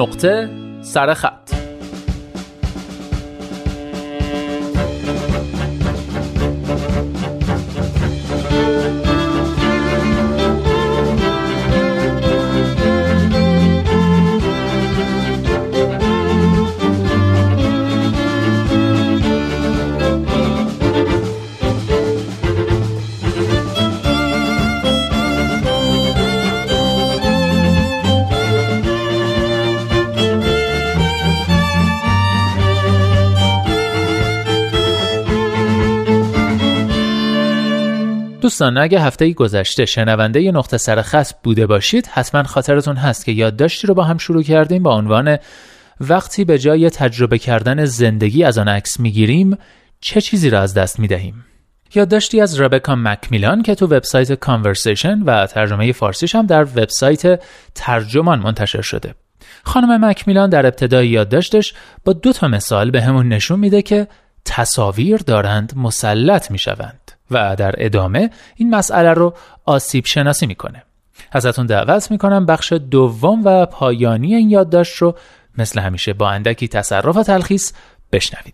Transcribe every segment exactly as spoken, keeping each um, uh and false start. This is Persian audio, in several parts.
نقطه سرخط. دوستان، اگه هفته گذشته شنونده ی نقطه سرخط بوده باشید، حتما خاطرتون هست که یادداشتی رو با هم شروع کردیم با عنوان وقتی به جای تجربه کردن زندگی از آن عکس میگیریم چه چیزی را از دست میدهیم. یادداشتی از ربکا مکمیلان که تو وبسایت کانورسیشن و ترجمه فارسیش هم در وبسایت ترجمان منتشر شده. خانم مکمیلان در ابتدای یادداشتش با دو تا مثال به همون نشون میده که تصاویر دارند مسلط میشوند و در ادامه این مسئله رو آسیب شناسی میکنه. ازتون دعوت میکنم بخش دوم و پایانی این یادداشت رو مثل همیشه با اندکی تصرف و تلخیص بشنوید.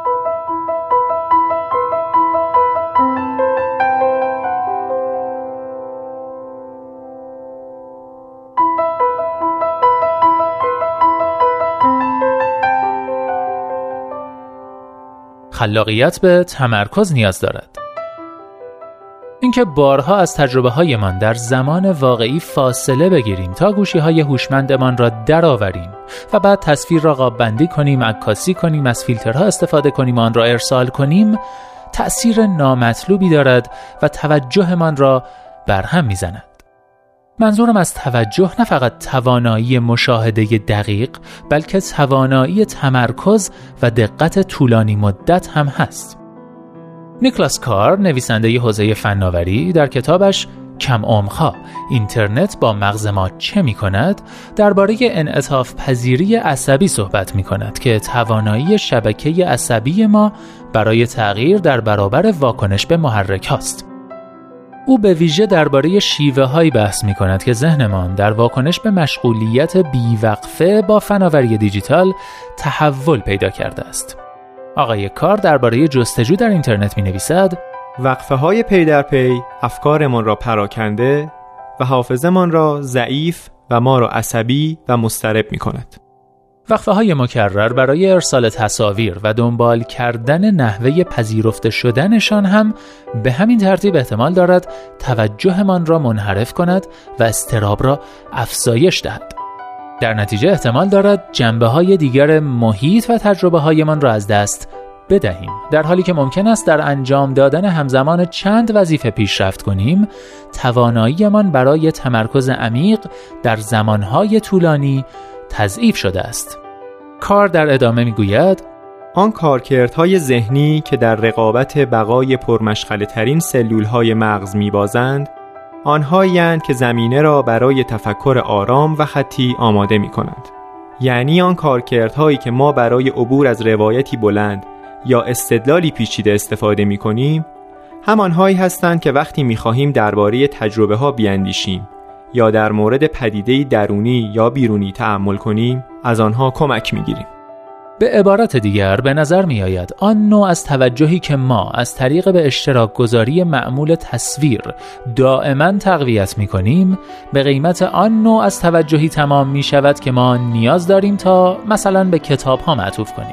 خلاقیت به تمرکز نیاز دارد. اینکه بارها از تجربه هایمان در زمان واقعی فاصله بگیریم تا گوشی های هوشمندمان را درآوریم و بعد تصویر را قاب بندی کنیم، عکاسی کنیم، از فیلترها استفاده کنیم و آن را ارسال کنیم، تأثیر نامطلوبی دارد و توجهمان را برهم میزند. منظورم از توجه نه فقط توانایی مشاهده دقیق، بلکه توانایی تمرکز و دقت طولانی مدت هم هست. نیکلاس کار، نویسنده حوزه فناوری، در کتابش کم عمق‌ها اینترنت با مغز ما چه می‌کند، درباره انعطاف پذیری عصبی صحبت می‌کند که توانایی شبکه عصبی ما برای تغییر در برابر واکنش به محرک هاست. او به ویژه درباره شیوه‌هایی بحث می‌کند که ذهنمان در واکنش به مشغولیت بی‌وقفه با فناوری دیجیتال تحول پیدا کرده است. آقای کار درباره جستجو در اینترنت می‌نویسد: وقفه‌های پی در پی افکارمان را پراکنده و حافظه‌مان را ضعیف و ما را عصبی و مضطرب می‌کند. وقفه‌های مکرر برای ارسال تصاویر و دنبال کردن نحوه پذیرفته شدنشان هم به همین ترتیب احتمال دارد توجهمان را منحرف کند و اضطراب را افزایش دهد. در نتیجه احتمال دارد جنبه‌های دیگر محیط و تجربه‌هایمان را از دست بدهیم، در حالی که ممکن است در انجام دادن همزمان چند وظیفه پیشرفت کنیم. تواناییمان برای تمرکز عمیق در زمانهای طولانی تضعیف شده است. کار در ادامه میگوید: آن کارکردهای ذهنی که در رقابت بقای پرمشغله ترین سلولهای مغز میبازند، آنهایند که زمینه را برای تفکر آرام و خطی آماده می کنند. یعنی آن کارکردهایی که ما برای عبور از روایتی بلند یا استدلالی پیچیده استفاده می کنیم، همانهایی هستند که وقتی می خواهیم درباره تجربه ها بیاندیشیم یا در مورد پدیده‌ای درونی یا بیرونی تأمل کنیم، از آنها کمک می گیریم. به عبارت دیگر به نظر می آید آن نوع از توجهی که ما از طریق به اشتراک گذاری معمول تصویر دائما تقویت می کنیم، به قیمت آن نوع از توجهی تمام می شود که ما نیاز داریم تا مثلا به کتاب ها معطوف کنیم.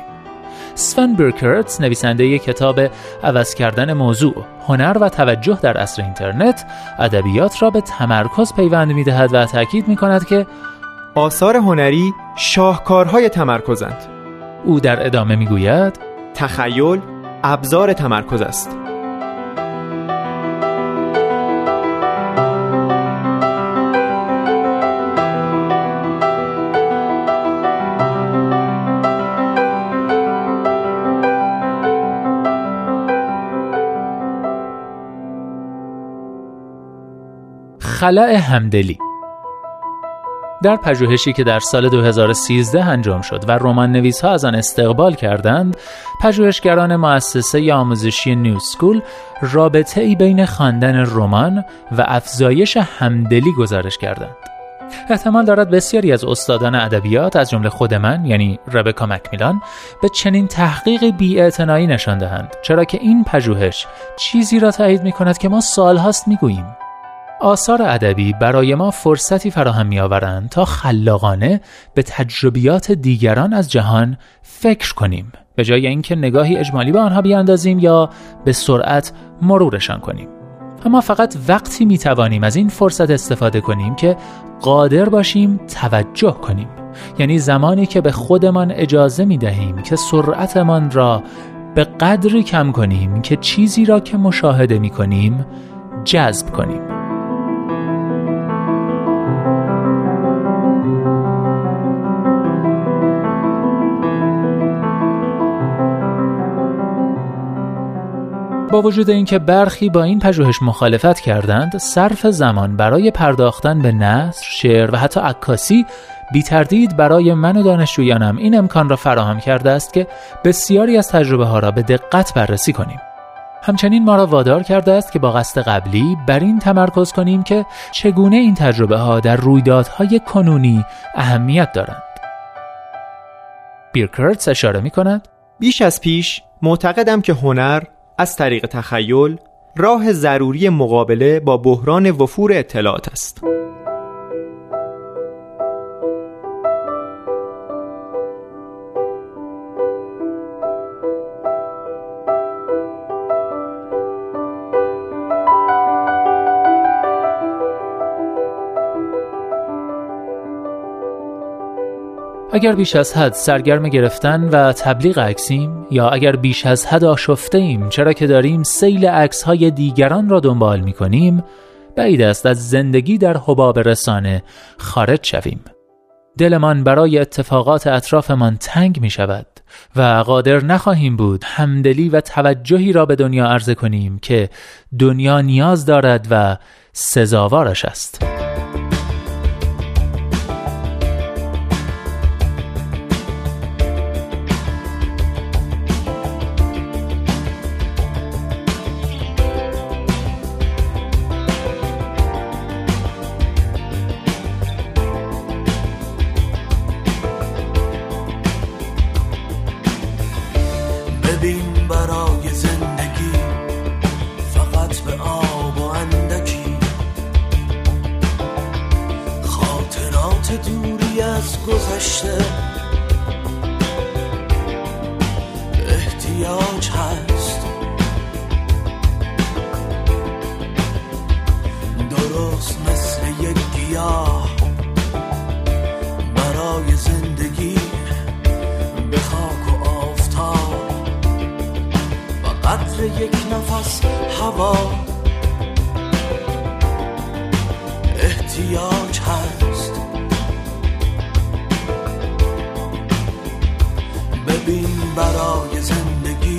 سون برکرت، نویسنده کتاب عوض کردن موضوع، هنر و توجه در عصر اینترنت، ادبیات را به تمرکز پیوند می دهد و تاکید می کند که آثار هنری شاهکارهای تمرکزند. او در ادامه میگوید: تخیل ابزار تمرکز است. خلأ همدلی. در پژوهشی که در سال دو هزار و سیزده انجام شد و رمان نویس‌ها از آن استقبال کردند، پژوهشگران مؤسسه آموزشی نیو اسکول رابطه‌ای بین خواندن رمان و افزایش همدلی گزارش کردند. احتمال دارد بسیاری از استادان ادبیات از جمله خود من یعنی ربکا مکمیلان به چنین تحقیق بی‌اعتنایی نشان دهند، چرا که این پژوهش چیزی را تایید می‌کند که ما سال‌هاست می‌گوییم. آثار ادبی برای ما فرصتی فراهم می‌آورند تا خلاقانه به تجربیات دیگران از جهان فکر کنیم، به جای اینکه نگاهی اجمالی به آنها بیاندازیم یا به سرعت مرورشان کنیم. اما فقط وقتی می‌توانیم از این فرصت استفاده کنیم که قادر باشیم توجه کنیم، یعنی زمانی که به خودمان اجازه می‌دهیم که سرعتمان را به قدری کم کنیم که چیزی را که مشاهده می‌کنیم جذب کنیم. با وجود اینکه برخی با این پژوهش مخالفت کردند، صرف زمان برای پرداختن به نثر، شعر و حتی عکاسی بی تردید برای من و دانشجویانم این امکان را فراهم کرده است که بسیاری از تجربه ها را به دقت بررسی کنیم. همچنین ما را وادار کرده است که با قصد قبلی بر این تمرکز کنیم که چگونه این تجربه ها در رویدادهای کنونی اهمیت دارند. بیرکرتس اشاره می کند: بیش از پیش معتقدم که هنر از طریق تخیل راه ضروری مقابله با بحران وفور اطلاعات است. اگر بیش از حد سرگرم گرفتن و تبلیغ عکسیم، یا اگر بیش از حد آشفته ایم چرا که داریم سیل عکس‌های دیگران را دنبال می‌کنیم، بعید است از زندگی در حباب رسانه خارج شویم. دلمان برای اتفاقات اطرافمان تنگ می‌شود و قادر نخواهیم بود همدلی و توجهی را به دنیا عرضه کنیم که دنیا نیاز دارد و سزاوارش است. دوری از گذشته احتیاج هست، درست مثل یک گیاه برای زندگی به خاک و آفتاب و قدر یک نفس هوا احتیاج هست. ببین برای زندگی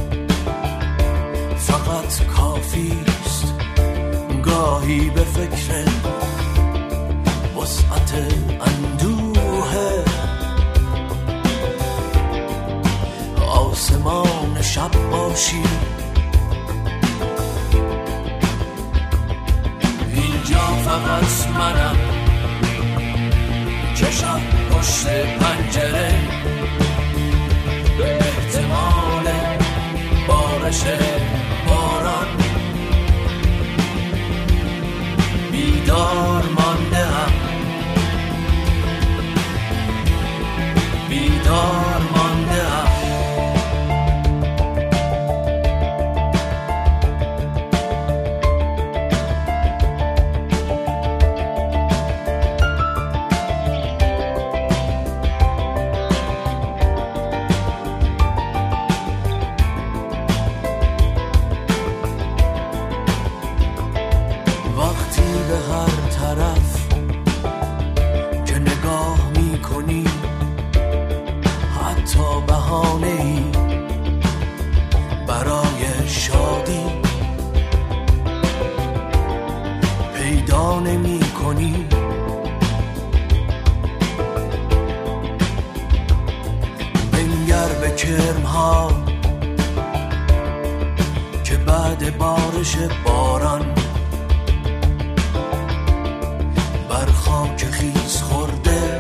فقط کافیست گاهی به فکر وسعت اندوه آسمان شب باشی. اینجا فقط منم، چشم پشت پنجره به احتمال بارش باران بیدار مانده هم، بیدار مانده هم. که بعد بارش باران برخ خاک خیز خورده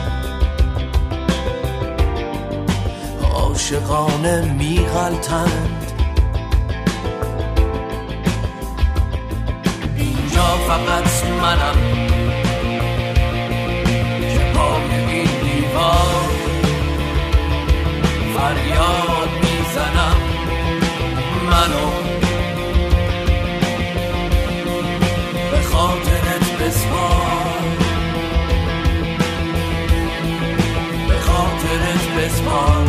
عاشقانه میغلطند. اینجا فقط منم که پای این دیوار فریاد میزنم منو به خاطرت بسپار، به خاطرت بسپار.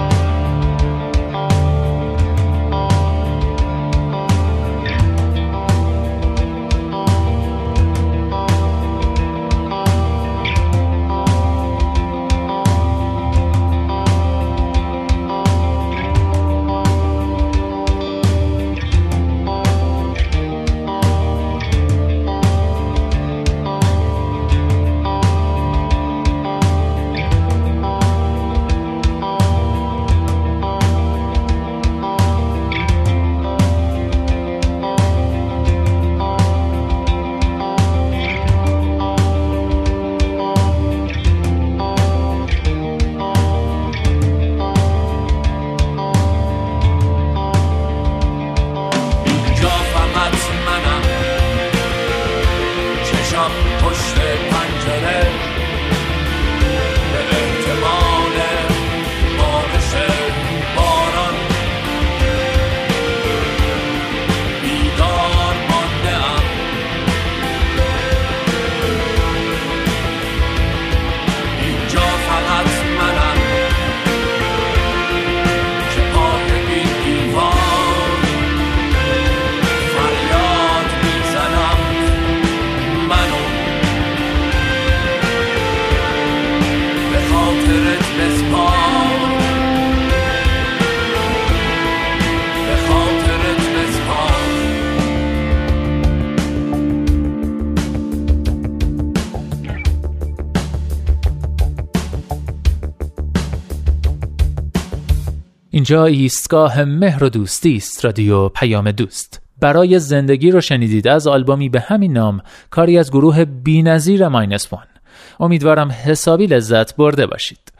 پشت پنجره به احتمال بارش باران بیدار مانده ام. اینجا فقط منم که پای این دیوار فریاد میزنم منو به خاطرت بسپار، به خاطرت بسپار. اینجا ایستگاه مهر و دوستی است. رادیو پیام دوست. برای زندگی رو شنیدید از آلبومی به همین نام، کاری از گروه بی‌نظیر ماینس وان. امیدوارم حسابی لذت برده باشید.